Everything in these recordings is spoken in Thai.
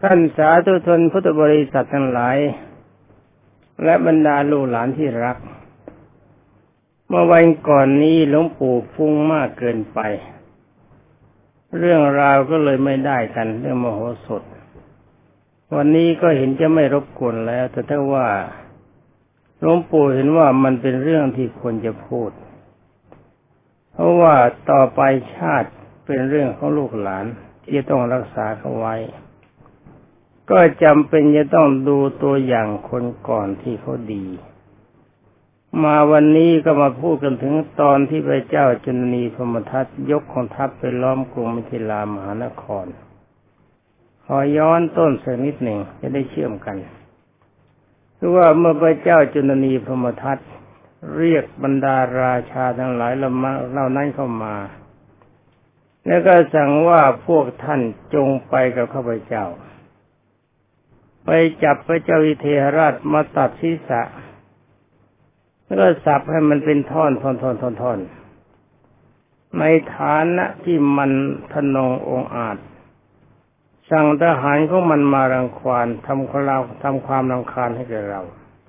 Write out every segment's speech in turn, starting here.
ท่านสาธุชนพุทธบริษัททั้งหลายและบรรดาลูกหลานที่รักเมื่อวันก่อนนี้หลวงปู่ฟุ้งมากเกินไปเรื่องราวก็เลยไม่ได้กันเรื่องมโหสถวันนี้ก็เห็นจะไม่รบกวนแล้วแต่ถ้าว่าหลวงปู่เห็นว่ามันเป็นเรื่องที่ควรจะพูดเพราะว่าต่อไปชาติเป็นเรื่องของลูกหลานที่จะต้องรักษาเขาไว้ก็จำเป็นจะต้องดูตัวอย่างคนก่อนที่เขาดีมาวันนี้ก็มาพูดกันถึงตอนที่พระเจ้าจุลนีพรหมทัตยกกองทัพไปล้อมกรุงมิถิลามหานครขอย้อนต้นสักนิดหนึ่งจะได้เชื่อมกันคือว่าเมื่อพระเจ้าจุลนีพรหมทัตเรียกบรรดาราชาทั้งหลายเหล่านั้นเข้ามาแล้วก็สั่งว่าพวกท่านจงไปกับข้าพเจ้าไปจับพระเจ้าวิเทหราชมาตัดศีรษะแล้วก็สับให้มันเป็นท่อนในฐานะที่มันทะนงองอาจสั่งทหารของมันมารังควานทำความรำคาญให้แก่เรา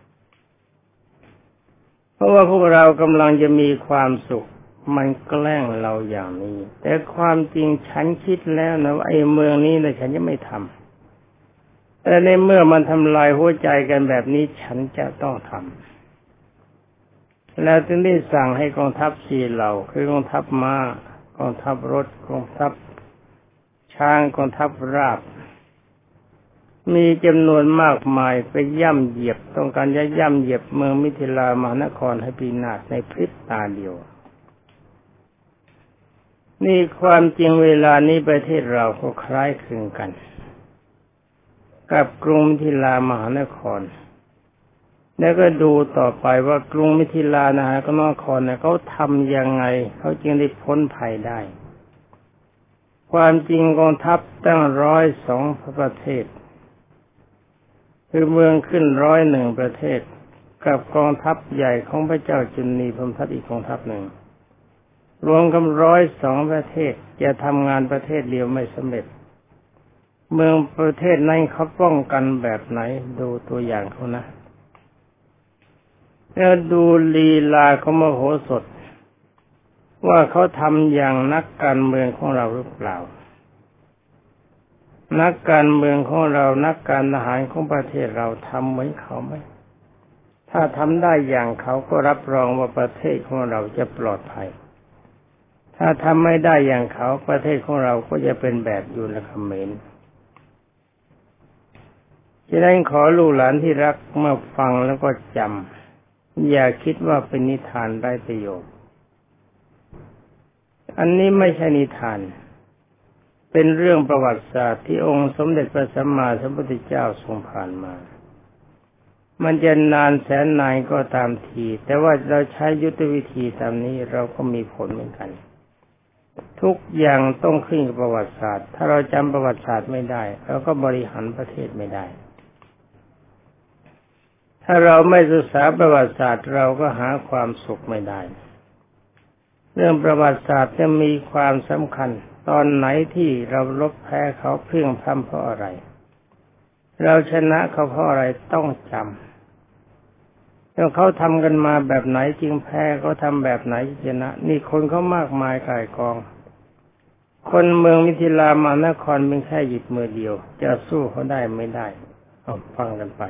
เพราะว่าพวกเรากำลังจะมีความสุขมันแกล้งเราอย่างนี้แต่ความจริงฉันคิดแล้วนะว่าไอ้เมืองนี้นะฉันจะไม่ทำแต่ในเมื่อมันทำลายหัวใจกันแบบนี้ฉันจะต้องทำแล้วจึงได้สั่งให้กองทัพสี่เหล่าคือกองทัพม้ากองทัพรถกองทัพช้างกองทัพราบมีจำนวนมากมายไปย่ำเหยียบต้องการจะย่ำเหยียบเมืองมิถิลามหานครให้พินาศในพริบตาเดียวนี่ความจริงเวลานี้ประเทศเราก็คล้ายคลึงกันกับกรุงมิถิลามหานครแล้วก็ดูต่อไปว่ากรุงมิถิลามหานครเนี่ยเขาทำยังไงเขาจึงได้พ้นภัยได้ความจริงกองทัพตั้ง102ประเทศคือเมืองขึ้น101ประเทศกับกองทัพใหญ่ของพระเจ้าจุลนีพรหมทัตอีกกองทัพหนึ่งรวมกัน102ประเทศจะทำงานประเทศเดียวไม่สำเร็จเมืองประเทศนั้นเขาป้องกันแบบไหนดูตัวอย่างเขานะแล้วดูลีลาของมโหสถว่าเขาทำอย่างนักการเมืองของเราหรือเปล่านักการเมืองของเรานักการทหารของประเทศเราทำเหมือนเขาไหมถ้าทำได้อย่างเขาก็รับรองว่าประเทศของเราจะปลอดภัยถ้าทำไม่ได้อย่างเขาประเทศของเราก็จะเป็นแบบอยู่ในเขมรฉะนั้นขอลูกหลานที่รักเมื่อฟังแล้วก็จำอย่าคิดว่าเป็นนิทานไร้ประโยชน์อันนี้ไม่ใช่นิทานเป็นเรื่องประวัติศาสตร์ที่องค์สมเด็จพระสัมมาสัมพุทธเจ้าทรงผ่านมามันจะนานแสนนานก็ตามทีแต่ว่าเราใช้ยุทธวิธีตามนี้เราก็มีผลเหมือนกันทุกอย่างต้องขึ้นกับประวัติศาสตร์ถ้าเราจำประวัติศาสตร์ไม่ได้เราก็บริหารประเทศไม่ได้ถ้าเราไม่ศึกษาประวัติศาสตร์เราก็หาความสุขไม่ได้เรื่องประวัติศาสตร์จะมีความสำคัญตอนไหนที่เราลบแพ้เขาเพียงพำเพราะอะไรเราชนะเขาเพราะอะไรต้องจำแล้วเขาทำกันมาแบบไหนจึงแพ้เขาทำแบบไหนชนะนี่คนเขามากมายก่ายกองคนเมืองมิถิลามหานครเป็นแค่หยิบมือเดียวจะสู้เขาได้ไม่ได้เอาฟังกันไป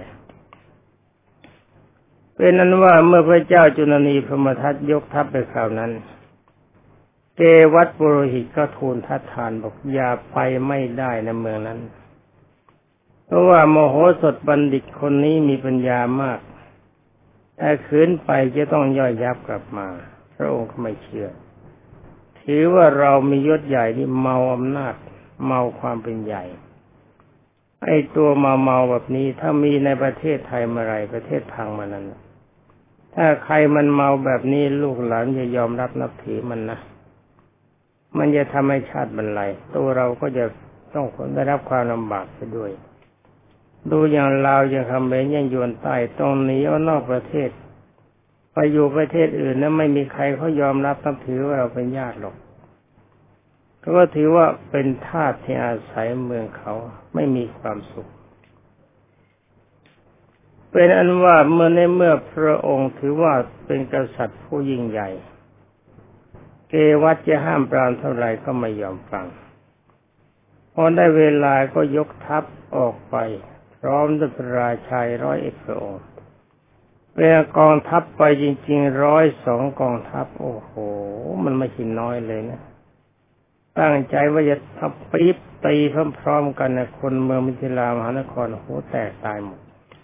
เป็นนั้นว่าเมื่อพระเจ้าจุลนีพรหมทัตยกทัพไปคราวนั้นเกวัฏปุโรหิตก็ทูลทัดทานบอกอย่าไปไม่ได้ในเมืองนั้นเพราะว่ามโหสถบัณฑิตคนนี้มีปัญญามากถ้าขืนไปจะต้องย่อยยับกลับมาพระองค์ก็ไม่เชื่อถือว่าเรามียศใหญ่ที่เมาอำนาจเมาความเป็นใหญ่ไอ้ตัวเมาแบบนี้ถ้ามีในประเทศไทยเมื่อไรประเทศพังมานั้นถ้าใครมันเมาแบบนี้ลูกหลานจะยอมรับนับถือมันนะมันจะทำให้ชาติบรรลัยตัวเราก็จะต้องได้รับความลำบากไปด้วยดูอย่างลาวอย่างเขมรอย่างยวนใต้ต้องหนีออกนอกประเทศไปอยู่ประเทศอื่นนั้นไม่มีใครเขายอมรับนับถือว่าเราเป็นญาติหรอกก็ถือว่าเป็นทาสที่อาศัยเมืองเขาไม่มีความสุขเป็นอันว่าเมื่อพระองค์ถือว่าเป็นกษัตริย์ผู้ยิ่งใหญ่เกวัฏจะห้ามปรามเท่าไหร่ก็ไม่ยอมฟังพอได้เวลาก็ยกทัพออกไปพร้อมด้วยพระราชา101 พระองค์เป็นกองทัพไปจริงๆ102 กองทัพโอ้โหมันไม่ใช่น้อยเลยนะตั้งใจว่าจะทัพปี๊บตีพร้อมๆกันนะคนเมืองมิถิลามหานครโหแตกตายหมด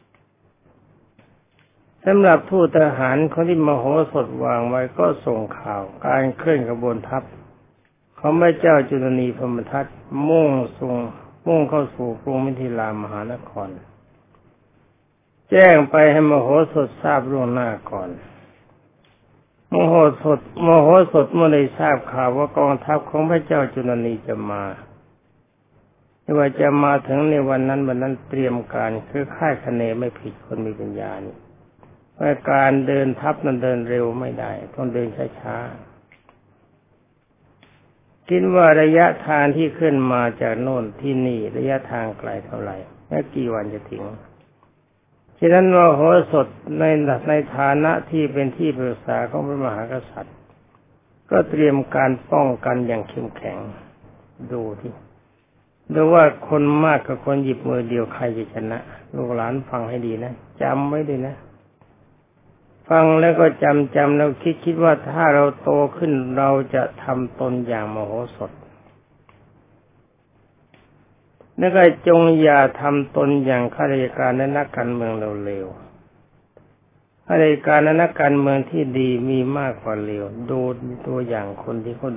สำหรับทูตทหารคนที่มโหสถวางไว้ก็ส่งข่าวการเคลื่อนขบวนทัพของพระเจ้าจุลนีพรหมทัตมุ่งเข้าสู่กรุงมิถิลามหานครแจ้งไปให้มโหสถทราบล่วงหน้าก่อนมโหสถเมื่อได้ทราบข่าวว่ากองทัพของพระเจ้าจุลนีจะมาไม่ว่าจะมาถึงในวันนั้นเตรียมการคือคาดคะเนไม่ผิดคนมีปัญญานี่ว่าการเดินทัพนั้นเดินเร็วไม่ได้ต้องเดินช้าๆคิดว่าระยะทางที่ขึ้นมาจากโน่นที่นี่ระยะทางไกลเท่าไหร่และกี่วันจะถึงฉะนั้นมโหสถในฐานะที่เป็นที่ปรึกษาของพระมหากษัตริย์ก็เตรียมการป้องกันอย่างเข้มแข็งดูว่าคนมากกับคนหยิบมือเดียวใครจะชนะลูกหลานฟังให้ดีนะจำไว้ด้วยนะฟังแล้วก็จำแล้วคิดว่าถ้าเราโตขึ้นเราจะทำตนอย่างมโหสถแล้วก็จงอย่าทำตนอย่างข้าราชการและนักการเมืองเลวๆข้าราชการและนักการเมืองที่ดีมีมากกว่าเลวดูตัวอย่างคนที่เขา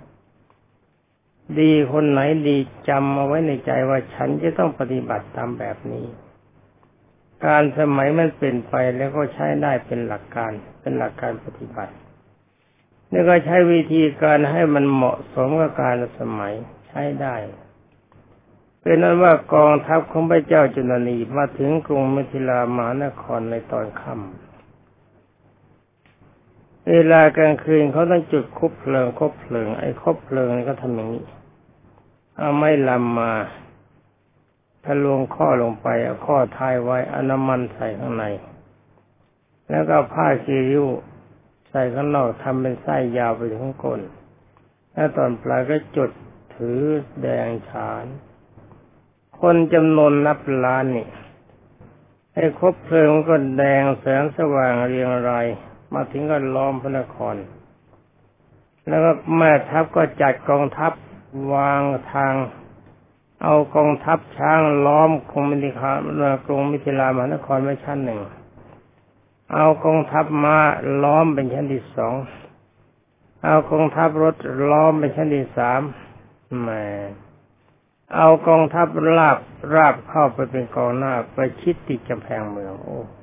ดีคนไหนดีจำเอาไว้ในใจว่าฉันจะต้องปฏิบัติตามแบบนี้การสมัยมันเปลี่ยนไปแล้วก็ใช้ได้เป็นหลักการปฏิบัติแล้วก็ใช้วิธีการให้มันเหมาะสมกับกาลสมัยใช้ได้เป็นนั้นว่ากองทัพของพระเจ้าจุลนีมาถึงกรุงมิถิลามหานครในตอนค่ำเวลากลางคืนเขาต้องจุดคบเพลิงไอ้คบเพลิงนี่ก็ทำอย่างนี้เอาไม้ลำมาทะลวงข้อลงไปเอาข้อท้ายไว้เอาน้ำมันใส่ข้างในแล้วก็ผ้าคีริ้วใส่ข้างนอกทำเป็นไส้ยาวไปถึงก้นแล้วตอนปลายก็จุดถือแดงฉานคนจำนวนนับล้านนี่ให้คบเพลิงก็แดงแสงสว่างเรียงรายมาถึงก็ล้อมพระนครแล้วก็แม่ทัพก็จัดกองทัพวางทางเอากองทัพช้างล้อมกรุงมิถิลามหานครไว้ชั้นหนึ่งเอากองทัพม้าล้อมเป็นชั้นที่2เอากองทัพรถล้อมเป็นชั้นที่3เอากองทัพราบเข้าไปเป็นกองหน้าไปชิดติดกำแพงเมืองโอ้โห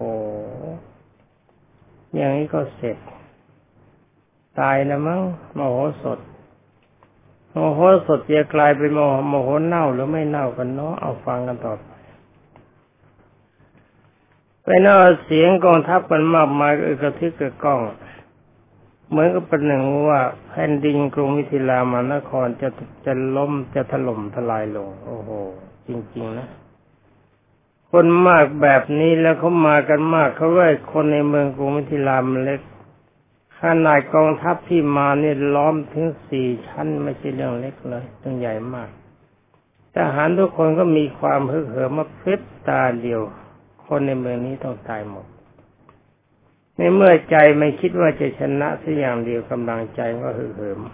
อย่างนี้ก็เสร็จตายแล้วมั้งมโหสถจะกลายเป็นมโหเน่าหรือไม่เน่ากันเนาะเอาฟังกันต่อไปเนาะเสียงกองทัพมันมากมายกระทึกกระก้องเหมือนกับประหนึ่งว่าแผ่นดินกรุงมิถิลามหานครจะล้มจะถล่มทลายลงโอ้โหจริงๆนะคนมากแบบนี้แล้วเขามากันมากเขาว่าคนในเมืองกรุงมิถิลามเล็กขนาดกองทัพที่มาเนี่ยล้อมถึง4 ชั้นไม่ใช่เรื่องเล็กเลยต้องใหญ่มากทหารทุกคนก็มีความฮึกเหิมมาพริบตาเดียวคนในเมืองนี้ต้องตายหมดในเมื่อใจไม่คิดว่าจะชนะสักอย่างเดียวกำลังใจก็ฮึกเหิม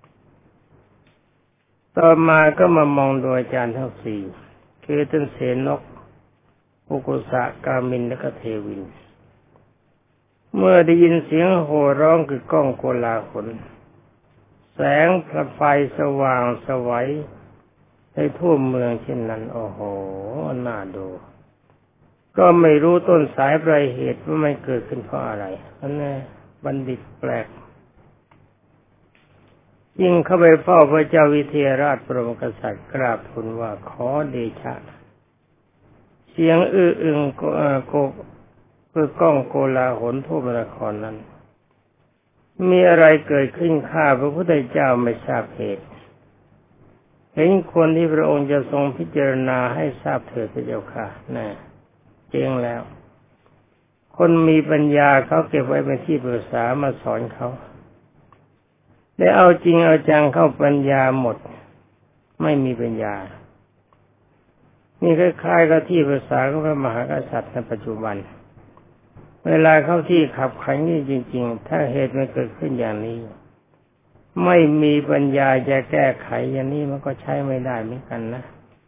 ต่อมาก็มามองดูอาจารย์ทั้ง4คือท่านเสนกอุกุสะกามินและก็เทวินเมื่อได้ยินเสียงโห่ร้องคือก้องโกลาหลแสงไฟสว่างสวัยในทั่วเมืองเช่นนั้นโอ้โหน่าดูก็ไม่รู้ต้นสายปลายเหตุว่ามันเกิดขึ้นเพราะอะไรนั่นแหละบัณฑิตแปลกยิ่งเข้าไปเฝ้าพระเจ้าวิเทหราชบรมกษัตริย์กราบทูลว่าขอเดชะเสียงอื้ออึงคือก้องโกลาหลทั่วพระนครนั้นมีอะไรเกิดขึ้นข้าพระพุทธเจ้าไม่ทราบเหตุเห็นคนที่พระองค์จะทรงพิจารณาให้ทราบเถิดพระเจ้าค่ะน่ะเจ๊งแล้วคนมีปัญญาเขาเก็บไว้เป็นที่ปรึกษามาสอนเขาได้เอาจริงเอาจังเข้าปัญญาหมดไม่มีปัญญานี่คล้ายๆกับที่ปรึกษาของพระมหากษัตริย์ในปัจจุบันเวลาเข้าที่ขับขันนี่จริงๆถ้าเหตุมันเกิดขึ้นอย่างนี้ไม่มีปัญญาจะแก้ไขอย่างนี้มันก็ใช้ไม่ได้เหมือนกันนะ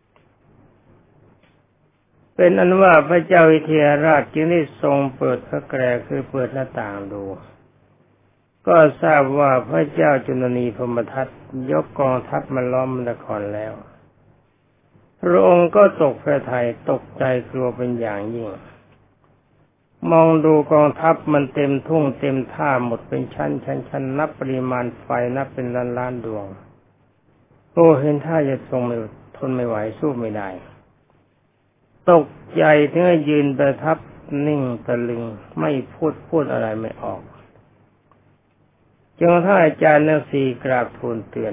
เป็นอันว่าพระเจ้าวิเทหราชจึงได้ทรงเปิดพระแกรคือเปิดหน้าต่างดูก็ทราบว่าพระเจ้าจุลนีพรหมทัตยกกองทัพมาล้อมนครแล้วพระองค์ก็ตกพระทัยตกใจกลัวเป็นอย่างยิ่งมองดูกองทัพมันเต็มทุ่งเต็มท่าหมดเป็นชั้นนับปริมาณไฟนับเป็นล้านดวงโอ้เห็นท่าจะทนไม่ไหวสู้ไม่ได้ตกใจถึงยืนประทับนิ่งตะลึงไม่พูดอะไรไม่ออกจนถ้าอาจารย์ทั้งสี่กราบทูลเตือน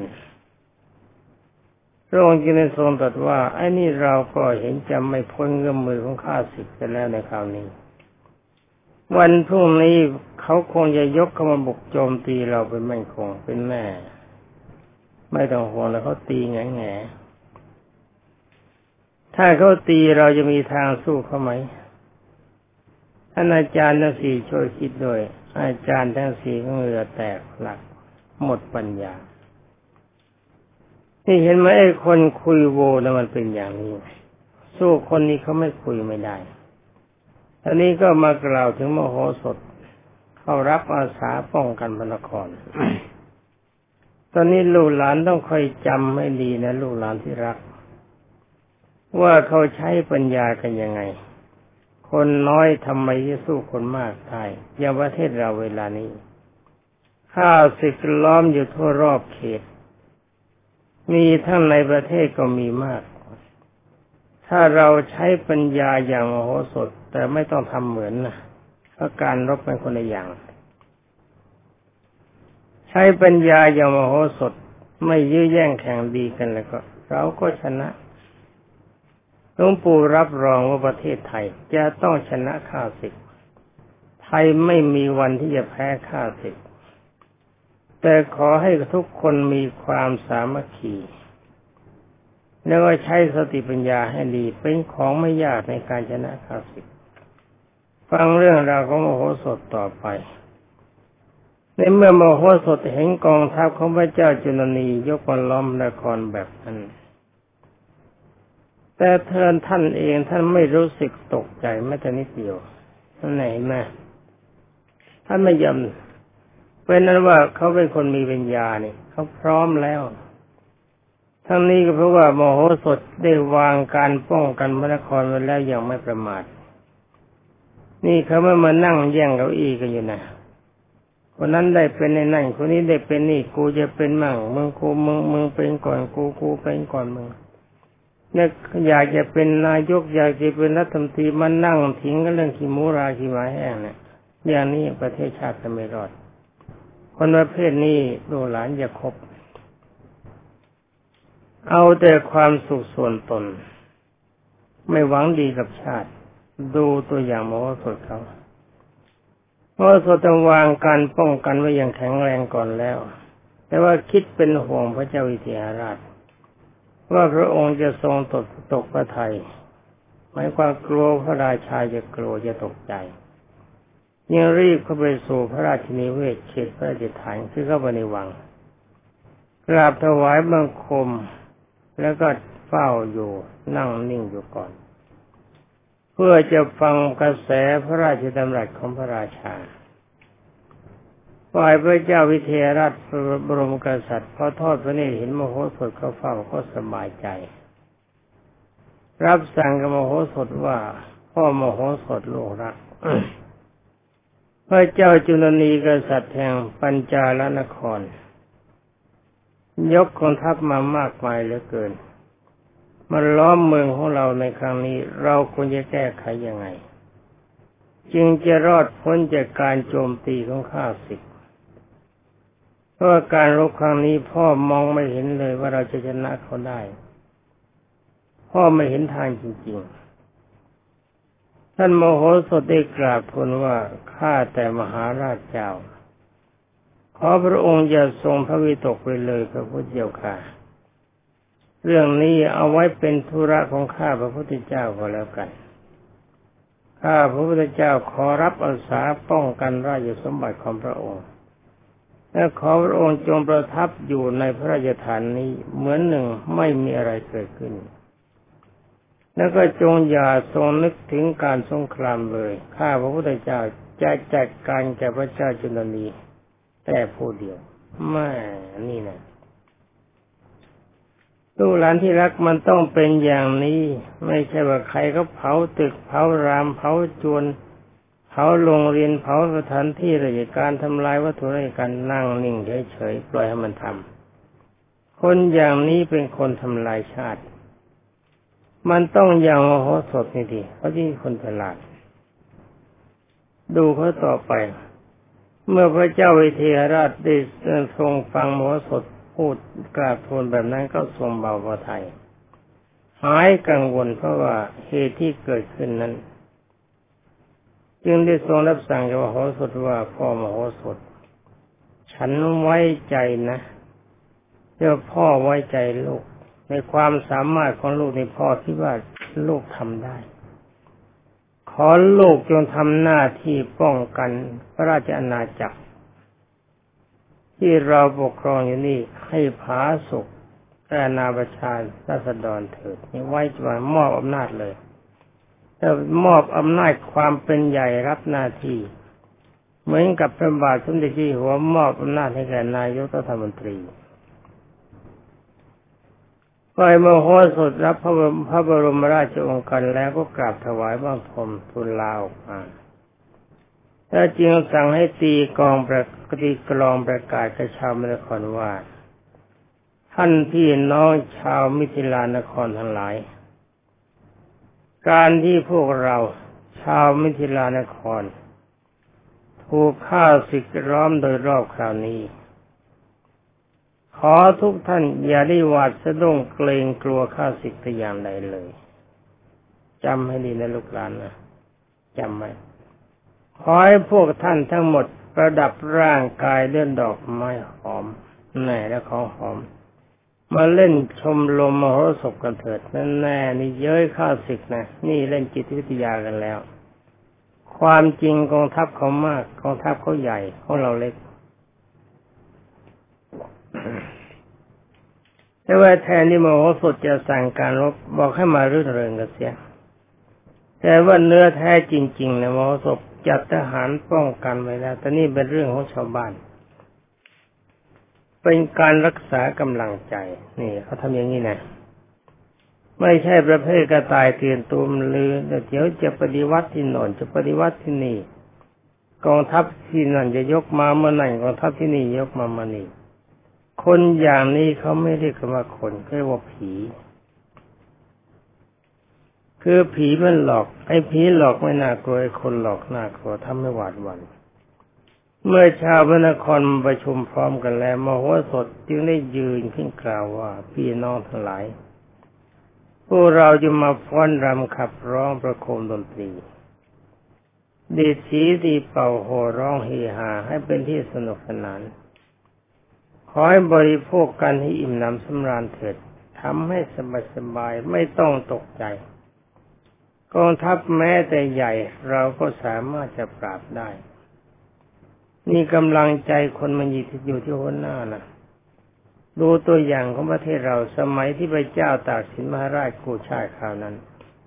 พระองค์จึงได้ทรงตรัสว่าไอ้นี่เราก็เห็นจะไม่พ้นเงื้อมมือของข้าศึกกันแล้วในคราวนี้วันพรุ่งนี้เขาคงจะยกเข้ามาบุกโจมตีเราเป็นมั่นคงเป็นแน่ไม่ต้องห่วงแล้วเขาตีแง่ถ้าเขาตีเราจะมีทางสู้เขาไหมท่านอาจารย์ทั้งสี่ช่วยคิดด้วยอาจารย์ทั้งสี่ก็เหงื่อแตกหลักหมดปัญญานี่เห็นไหมไอ้คนคุยโวนะมันเป็นอย่างนี้สู้คนนี้เขาไม่คุยไม่ได้ตอนนี้ก็มากล่าวถึงมโหสถเข้ารับอาสาป้องกันพระนคร ตอนนี้ลูกหลานต้องคอยจำให้ดีนะลูกหลานที่รักว่าเขาใช้ปัญญากันยังไงคนน้อยทำไมจะสู้คนมากได้อย่างประเทศเราเวลานี้ข้าศึกล้อมอยู่ทั่วรอบเขตมีทั้งในประเทศก็มีมากถ้าเราใช้ปัญญาอย่างมโหสถแต่ไม่ต้องทำเหมือนนะเพราะการรบเป็นคนละอย่างใช้ปัญญาอย่างมโหสถไม่ยื้อแย่งแข่งดีกันแล้วก็เราก็ชนะหลวงปู่รับรองว่าประเทศไทยจะต้องชนะข้าศึกไทยไม่มีวันที่จะแพ้ข้าศึกแต่ขอให้ทุกคนมีความสามัคคีแล้วก็ใช้สติปัญญาให้ดีเป็นของไม่ยากในการชนะข้าศึกฟังเรื่องราวของมโหสถต่อไปในเมื่อมโหสถเห็นกองทัพของพระเจ้าจุลนียกมาล้อมนครแบบนั้นแต่ท่านเองท่านไม่รู้สึกตกใจแม้แต่นิดเดียวท่านไหนมาท่านไม่ยอมเป็นนั้นว่าเขาเป็นคนมีปัญญาเนี่ยเขาพร้อมแล้วทั้งนี้ก็เพราะว่ามโหสถได้วางการป้องกันพระนครไว้แล้วอย่างไม่ประมาทนี่เขาไม่มานั่งแย่งเก้าอี้กันอยู่นะคนนั้นได้เป็นในนั่นคนนี้ได้เป็นนี่กูจะเป็นมั่งมึงเป็นก่อนกูเป็นก่อนมึงเนี่ยอยากจะเป็นนายกอยากจะเป็นรัฐมนตรีมานั่งทิ้งกันเรื่องขี้หมูราขี้หมาแห้งเนี่ยอย่างนี้ประเทศชาติจะไม่รอดคนประเภทนี้ลูกหลานอย่าคบเอาแต่ความสุขส่วนตนไม่หวังดีกับชาติดูตัวอย่างมโหสถเขามโหสถต้องวางการป้องกันไว้อย่างแข็งแรงก่อนแล้วแต่ว่าคิดเป็นห่วงพระเจ้าวิเทหราชว่าพระองค์จะทรงตกพระทัยหมายความกลัวพระราชาจะกลัวจะตกใจยังรีบเข้าไปสู่พระราชนิเวศเขตพระราชฐานคือเข้าไปในวังกราบถวายบังคมแล้วก็เฝ้าอยู่นั่งนิ่งอยู่ก่อนเพื่อจะฟังกระแสพระราชดำรัสของพระราชาฝ่ายพระเจ้าวิเทหราชบรมกษัตริย์พอทอดพระเนตรเห็นมโหสถเข้าเฝ้าก็สบายใจรับสั่งกับมโหสถว่าพ่อมโหสถลูกรัก พระเจ้าจุลนีกษัตริย์แห่งปัญจาลนครยกกองทัพมามากมายเหลือเกินมาล้อมเมืองของเราในครั้งนี้เราควรจะแก้ไขยังไงจึงจะรอดพ้นจากการโจมตีของข้าศึกเพราะการรบครั้งนี้พ่อมองไม่เห็นเลยว่าเราจะชนะเขาได้พ่อไม่เห็นทางจริงๆท่านโมโหสถได้กราบทูลว่าข้าแต่มหาราชเจ้าขอพระองค์อย่าทรงพระวิตกไปเลยพระพุทธเจ้าค่ะเรื่องนี้เอาไว้เป็นธุระของข้าพระพุทธเจ้าก็แล้วกันข้าพระพุทธเจ้าขอรับอาสาป้องกันราชสมบัติของพระองค์และขอพระองค์จงประทับอยู่ในพระราชฐานนี้เหมือนหนึ่งไม่มีอะไรเกิดขึ้นแล้วก็จงอย่าทรงนึกถึงการสงครามเลยข้าพระพุทธเจ้าจะจัดการแก่พระเจ้าจุลนีแต่ผู้เดียวไม่นี่นะลูกหลานที่รักมันต้องเป็นอย่างนี้ไม่ใช่ว่าใครก็เผาตึกเผารามเผาจวนเผาโรงเรียนเผาสถานที่ราชการทำลายวัตถุราชการนั่งนิ่งเฉยๆปล่อยให้มันทำคนอย่างนี้เป็นคนทำลายชาติมันต้องอย่างมโหสถนี่ดิเขาที่คนฉลาดดูเขาต่อไปเมื่อพระเจ้าวิเทหราชได้ทรงฟังมโหสถพูดกราบทูลแบบนั้นก็ทรงเบาพระทัยหายกังวลเพราะว่าเหตุที่เกิดขึ้นนั้นจึงได้ทรงรับสั่งกับมโหสถว่าพ่อมโหสถฉันไว้ใจนะเจ้าพ่อไว้ใจลูกในความสามารถของลูกในพ่อที่ว่าลูกทำได้ขอลูกจงทำหน้าที่ป้องกันพระราชอาณาจักรที่เราปกครองอยู่นี่ให้ผาสุกแก่นาประชาราษฎรเถิดนี่ไว้จะมอบอำนาจเลยแต่มอบอำนาจความเป็นใหญ่รับหน้าที่เหมือนกับพระบาทสมเด็จเจ้าอยู่หัวมอบอำนาจให้แก่นายกรัฐมนตรีฝ่ายมโหสถรับพระบรมราชโองการแล้วก็กราบถวายบังคมทูลลาออกมาถ้าจริงสั่งให้ตีกลองประกาศกับชาวมณฑลว่าท่านพี่น้องชาวมิถิลานครทั้งหลายการที่พวกเราชาวมิถิลานครถูกฆ่าศึกล้อมโดยรอบคราวนี้ขอทุกท่านอย่าได้หวาดสะดุ้งเกรงกลัวข้าศึกแต่อย่างใดเลยจำให้ดีนะลูกหลานนะจำไว้ขอให้พวกท่านทั้งหมดประดับร่างกายด้วยดอกไม้หอมแน่และของหอมมาเล่นชมรมมโหสถกันเถิดนั่นแน่นี่เย้ยข้าศึกนะนี่เล่นจิตวิทยากันแล้วความจริงกองทัพเขามากกองทัพเขาใหญ่ของเราเล็กแต่ว่าแทนที่มโหสถจะสั่งการรบบอกให้มารื่นเริงกันเสียแต่ว่าเนื้อแท้จริงๆนะมโหสถจัดทหารป้องกันไว้แล้วแต่นี่เป็นเรื่องของชาวบ้านเป็นการรักษากำลังใจนี่เขาทำอย่างนี้นะไม่ใช่ประเภทกระต่ายตื่นตูมลือเดี๋ยวจะปฏิวัติที่โน่นจะปฏิวัติที่นี่กองทัพที่นั่นจะยกมาเมื่อไหร่กองทัพที่นี่ยกมาเมื่อนี้คนอย่างนี้เขาไม่เรียกว่าคนเขาเรียกว่าผีคือผีมันหลอกไอ้ผีหลอกไม่น่ากลัวไอ้คนหลอกน่ากลัวทำให้หวาดหวั่นเมื่อชาวพระนครประชุมพร้อมกันแล้วมโหสถจึงได้ยืนขึ้นกล่าวว่าพี่น้องทั้งหลายพวกเราจะมาฟ้อนรำขับร้องประโคมดนตรีดีดสีดีเป่าโห่ร้องเฮฮาให้เป็นที่สนุกสนานขอให้บริโภคกันให้อิ่มหนำสำราญเถิดทำให้สบายๆไม่ต้องตกใจกองทัพแม้แต่ใหญ่เราก็สามารถจะปราบได้นี่กำลังใจคนมันอยู่ที่หัวหน้านะดูตัวอย่างของประเทศเราสมัยที่พระเจ้าตากสินมหาราชกู้ชาติคราวนั้น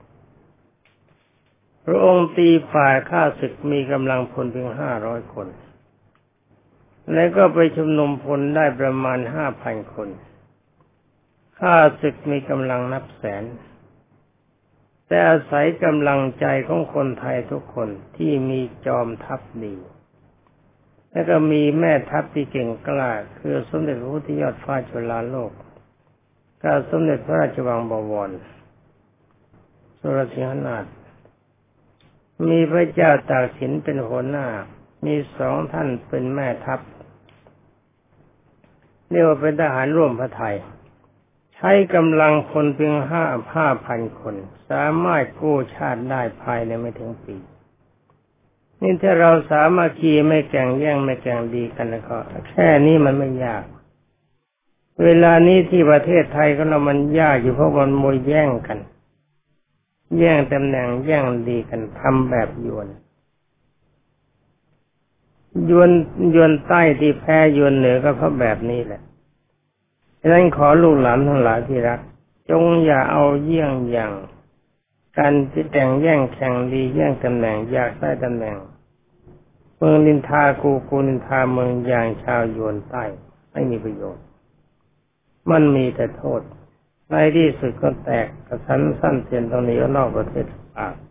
พระองค์ตีฝ่ายข้าศึกมีกำลังพลเพียง500 คนแล้วก็ไปชุมนุมพลได้ประมาณ 5,000 คนข้าศึกมีกำลังนับแสนแต่อาศัยกำลังใจของคนไทยทุกคนที่มีจอมทัพดีแล้วก็มีแม่ทัพที่เก่งกล้าคือสมเด็จพระพุทธยอดฟ้าจุฬาโลกกับสมเด็จพระราชวังบวรสุรสิงหนาถมีพระเจ้าตากสินเป็นหัวหน้ามี2 ท่านเป็นแม่ทัพเรียกว่าเป็นทหารร่วมพระไทยใช้กำลังคนเพียง5,000 คนสามารถกู้ชาติได้ภายในไม่ถึงปีนี่ถ้าเราสามัคคีไม่แข่งแย่งไม่แข่งดีกันแล้วก็แค่นี้มันไม่ยากเวลานี้ที่ประเทศไทยของเรามันยากอยู่เพราะมันมวยแย่งกันแย่งตำแหน่งแย่งดีกันทำแบบยวนใต้ที่แพ้ยวนเหนือก็เพราะแบบนี้แหละฉะนั้นขอลูกหลานทั้งหลายที่รักจงอย่าเอาเยี่ยงอย่างการที่แต่งแย่งแข่งดีแย่งตำแหน่งอยากได้ตำแหน่งเมืองนินทากูนินทาเมืองอย่างชาวยวนใต้ไม่มีประโยชน์มันมีแต่โทษในที่สุดก็แตกกระสันสั้นเตียนตรงนี้ก็นอกประเทศปาก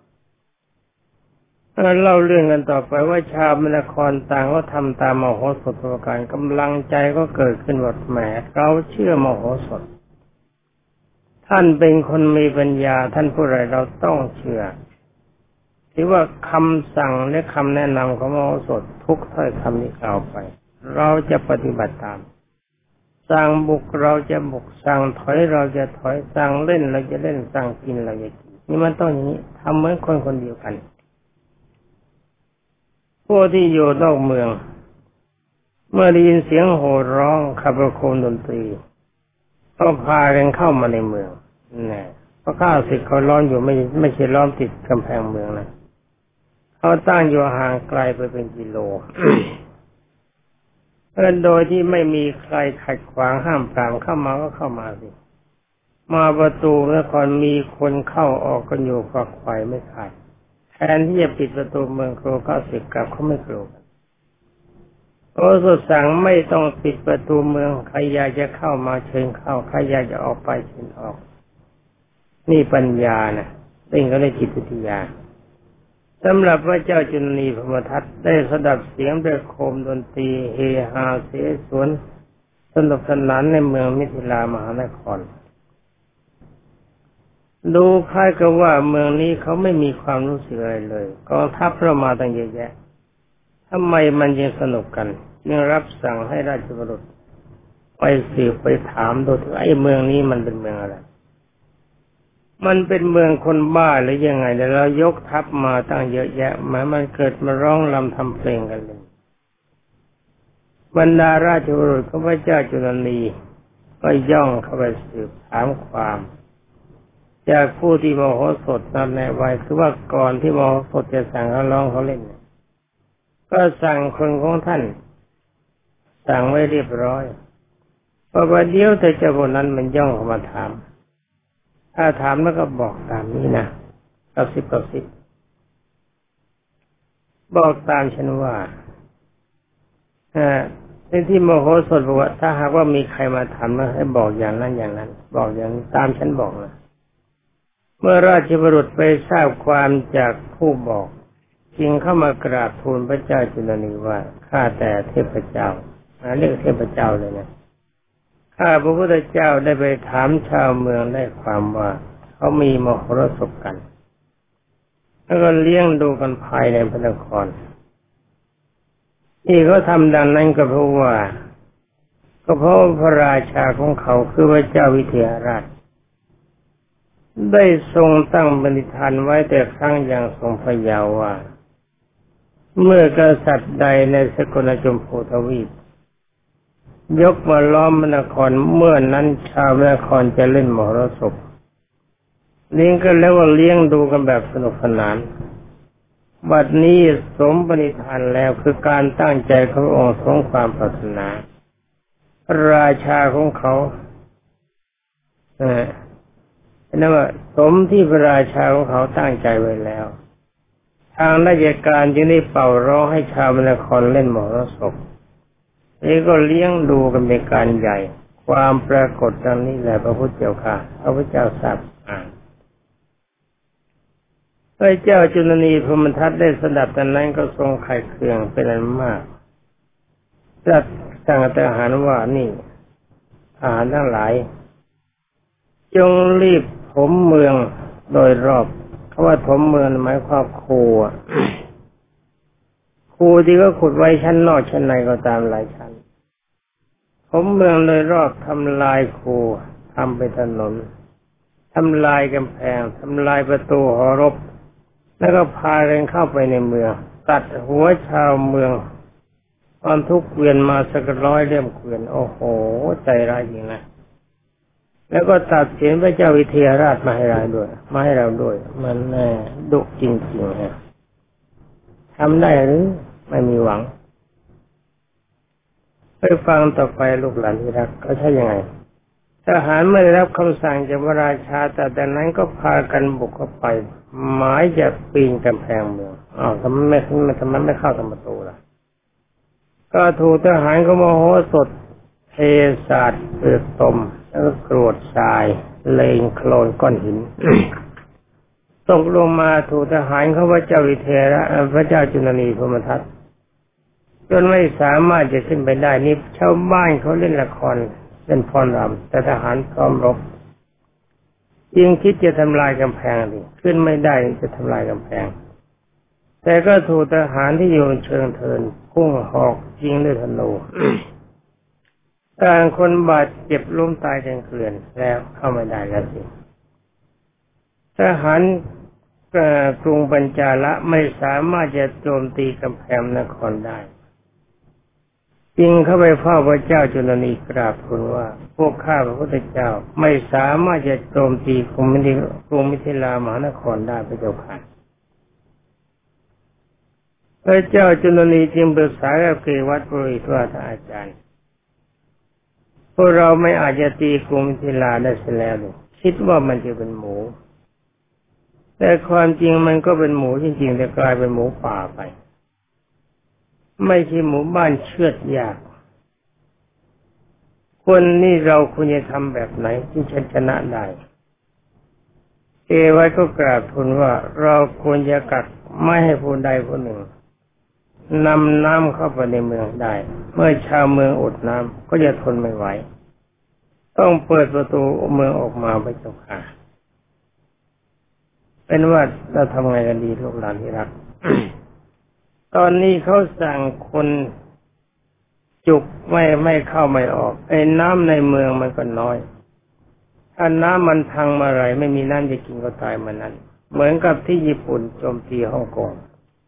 เล่าเรื่องกันต่อไปว่าชาวมณครต่างก็ทำตามมโหสถประการกำลังใจก็เกิดขึ้นว่าแหมเราเชื่อมโหสถท่านเป็นคนมีปัญญาท่านผู้ใดเราต้องเชื่อที่ว่าคำสั่งและคำแนะนำของมโหสถทุกถ้อยคำที่กล่าวไปเราจะปฏิบัติตามสั่งบุกเราจะบุกสั่งถอยเราจะถอยสั่งเล่นเราจะเล่นสั่งกินเราจะกินนี่มันต้องอย่างนี้ทำเหมือนคนคนเดียวกันพวกที่อยู่นอกเมืองเมื่อได้ยินเสียงโห่ร้องขับประโคมดนตรีก็พากันเข้ามาในเมืองนี่เพราะข้าศึกเขาล้อมอยู่ไม่ใช่ล้อมติดกำแพงเมืองนะเขาตั้งอยู่ห่างไกลไปเป็นกิโล โดยที่ไม่มีใครขัดขวางห้ามปรามเข้ามาก็เข้ามาสิมาประตูนครมีคนเข้าออกกันอยู่ฝักไฟไม่ขาดแทนที่จะปิดประตูเมืองโกรข้าศึกกลับเขาไม่กลัวโอ้สุดสั่งไม่ต้องปิดประตูเมืองใครอยากจะเข้ามาเชิญเข้าใครอยากจะออกไปเชิญออกนี่ปัญญานะเป็นก็ได้จิตวิทยาสำหรับพระเจ้าจุลนีพรหมทัตได้สดับเสียงประโคมดนตรีเฮฮาเสสวนสนุกสนานในเมืองมิถิลามหานครดูคล้ายกับว่าเมืองนี้เขาไม่มีความรู้สึกอะไรเลยกองทัพเรามาตั้งเยอะแยะทำไมมันยังสนุกกันยังรับสั่งให้ราชบุรุษไปสืบไปถามดูถึงไอ้เมืองนี้มันเป็นเมืองอะไรมันเป็นเมืองคนบ้าหรือยังไงแต่เรายกทัพมาตั้งเยอะแยะหมายมันเกิดมาร้องรำทำเพลงกันเลยบรรดาราชบุรุษของพระเจ้าจุลนีก็ย่องเข้าไปสืบถามความจากผู้ที่มโหสถนั้นในวัยคือว่าก่อนที่มโหสถจะสั่งเขาร้องเขาเล่นก็สั่งคนของท่านสั่งไว้เรียบร้อยพอประเดี๋ยวแต่เจ้าคนนั้นมันย่องเข้ามาถามถ้าถามแล้วก็บอกตามนี้นะกระซิบบอกตามฉันว่าในที่มโหสถบอกว่าถ้าหากว่ามีใครมาถามแล้วให้บอกอย่างนั้นอย่างนั้นบอกอย่างนี้ตามฉันบอกนะเมื่อราชบุรุษไปทราบความจากผู้บอกจึงเข้ามากราบทูลพระเจ้าจุลนีว่าข้าแต่เทพเจ้าเรียกเทพเจ้าเลยนะข้าพระพุทธเจ้าได้ไปถามชาวเมืองได้ความว่าเขามีมโหรสพกันแล้วก็เลี้ยงดูกันภายในพระนครที่เขาทำดังนั้นก็เพราะพระราชาของเขาคือพระเจ้าวิเทหราชได้ทรงตั้งปณิธานไว้แต่ครั้งยังทรงพระเยาว์ว่าเมื่อกษัตริย์ใดในสกลชมพูทวีปยกมาล้อมนครเมื่อนั้นชาวนครจะเล่นมโหรสพเลี้ยงกันแล้วว่าเลี้ยงดูกันแบบสนุกสนานบัดนี้สมปณิธานแล้วคือการตั้งใจของพระองค์ทรงความปรารถนาราชาของเขานั่นว่าสมที่พระราชาของเขาตั้งใจไว้แล้วทางราชการจึงได้เป่าร้องให้ชาวนครเล่นมโหรสพนี่ก็เลี้ยงดูกันเป็นการใหญ่ความปรากฏดังนี้แหละพระพุทธเจ้าค่ะพระพุทธเจ้าทราบพระเจ้าจุลนีพรหมทัตได้สดับแต่นั้นก็ทรงไข้เคืองเป็นอันมากจัดสั่งทหารว่านี่ทหารทั้งหลายจงรีบถมเมืองโดยรอบคำว่าถมเมืองหมายความคูที่ก็ขุดไว้ชั้นนอกชั้นในก็ตามหลายชั้นผมเมืองโดยรอบทำลายคูทำเป็นถนนทำลายกำแพงทำลายประตูหอรบแล้วก็พากันเข้าไปในเมืองตัดหัวชาวเมืองตอนทุกเกวียนมาสัก100 เล่มเกวียนโอ้โหใจร้ายจริงนะแล้วก็ตัดสินพระเจ้าวิเทหราชมาให้เราด้วยมันแน่ดุจริงๆฮะทำได้หรือไม่มีหวังไปฟังต่อไปลูกหลานที่รักเขาใช่ยังไงทหารไม่ได้รับคำสั่งจากพระราชาแต่นั้นก็พากันบุกเข้าไปหมายจะปีนกำแพงเมืองทำไมไม่เข้าทางประตูล่ะก็ถูกทหารก็โมโหสดเทสาดเปลือกตมแล้วก็กรวดทรายเลงโคลนก้อนหิน ตกลงมาถูกทหารเขาว่าเจ้าวิเทหราชพระเจ้าจุลนีพรหมทัตจนไม่สามารถจะขึ้นไปได้นี่ชาวบ้านเขาเล่นละครเล่นฟ้อนรำแต่ทหารพร้อมรบยิงคิดจะทำลายกำแพงดิขึ้นไม่ได้จะทำลายกำแพงแต่ก็ถูกทหารที่อยู่เชิงเทินพุ่งหอกยิงด้วยธนู ต่างคนบาดเจ็บล้มตายกันเกลื่อนแล้วเข้าไม่ได้แล้วสิทหารกรุงปัญจาละไม่สามารถจะโจมตีกำแพงนครได้จึงเข้าไปเฝ้าพระเจ้าจุลนีกราบทูลว่าพวกข้าพระพุทธเจ้าไม่สามารถจะโจมตีกรุงมิถิลามหานครได้พระเจ้าค่ะพระเจ้าจุลนีจึงปรึกษากับเกวัฏปุโรหิตว่าท่านอาจารย์พวกเราไม่อาจจะตีกรุงมิถิลาได้เสียแล้วคิดว่ามันจะเป็นหมูแต่ความจริงมันก็เป็นหมูจริงๆแต่กลายเป็นหมูป่าไปไม่ใช่หมู่บ้านเชือดยากคนนี่เราควรจะทำแบบไหนที่จะชนะได้เอไว้ก็กราบทูลว่าเราควรจะกักไม่ให้ผู้ใดผู้หนึ่งนำน้ำเข้าไปในเมืองได้เมื่อชาวเมืองอดน้ำก็จะทนไม่ไหวต้องเปิดประตูเมืองออกมาพระเจ้าค่ะเป็นว่าเราทำไงกันดีลูกหลานที่รัก ตอนนี้เขาสั่งคนจุกไม่เข้าไม่ออกไอ้น้ำในเมืองมันก็น้อยถ้าน้ำมันพังมาไรไม่มีน้ำจะกินก็ตายมานั้นเหมือนกับที่ญี่ปุ่นโจมตีฮ่องกง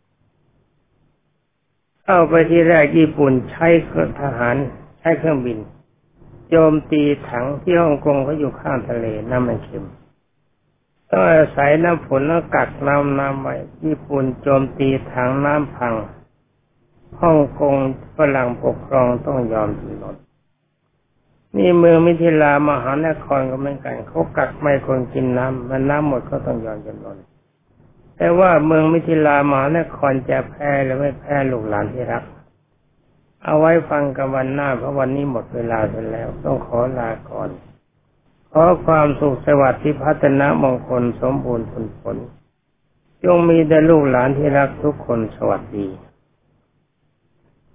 เข้าไปที่แรกญี่ปุ่นใช้ทหารใช้เครื่องบินโจมตีถังที่ฮ่องกงเขาอยู่ข้างทะเลน้ำมันเค็มต้องอาศัยน้ำฝนแล้วกักน้ำไว้ญี่ปุ่นโจมตีถังน้ำพังฮ่องกงฝรั่งปกครองต้องยอมจำนนนี่เมืองมิถิลามหานครก็เหมือนกันเขากักไม่คนกินน้ำหมดก็ต้องยอมจำนนแต่ว่าเมืองมิถิลามหานครจะแพ้หรือไม่แพ้ลูกหลานที่รักเอาไว้ฟังกันวันหน้าเพราะวันนี้หมดเวลาเสร็จแล้วต้องขอลาก่อนขอความสุขสวัสดิ์ที่พัฒนามงคลสมบูรณ์ผลจงมีแด่ลูกหลานที่รักทุกคนสวัสดี